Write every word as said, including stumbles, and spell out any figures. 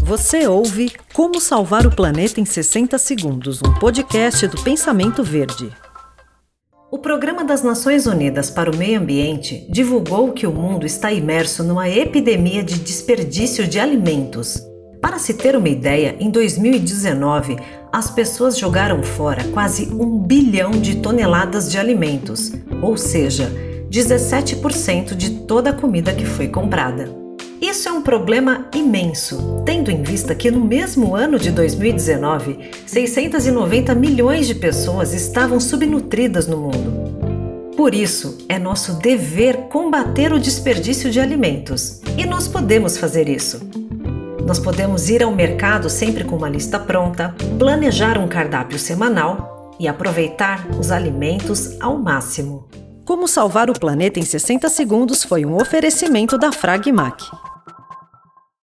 Você ouve Como Salvar o Planeta em sessenta segundos, um podcast do Pensamento Verde. O Programa das Nações Unidas para o Meio Ambiente divulgou que o mundo está imerso numa epidemia de desperdício de alimentos. Para se ter uma ideia, em dois mil e dezenove, as pessoas jogaram fora quase um bilhão de toneladas de alimentos, ou seja, dezessete por cento de toda a comida que foi comprada. Isso é um problema imenso, tendo em vista que no mesmo ano de dois mil e dezenove, seiscentos e noventa milhões de pessoas estavam subnutridas no mundo. Por isso, é nosso dever combater o desperdício de alimentos. E nós podemos fazer isso. Nós podemos ir ao mercado sempre com uma lista pronta, planejar um cardápio semanal e aproveitar os alimentos ao máximo. Como Salvar o Planeta em sessenta segundos foi um oferecimento da Fragmac.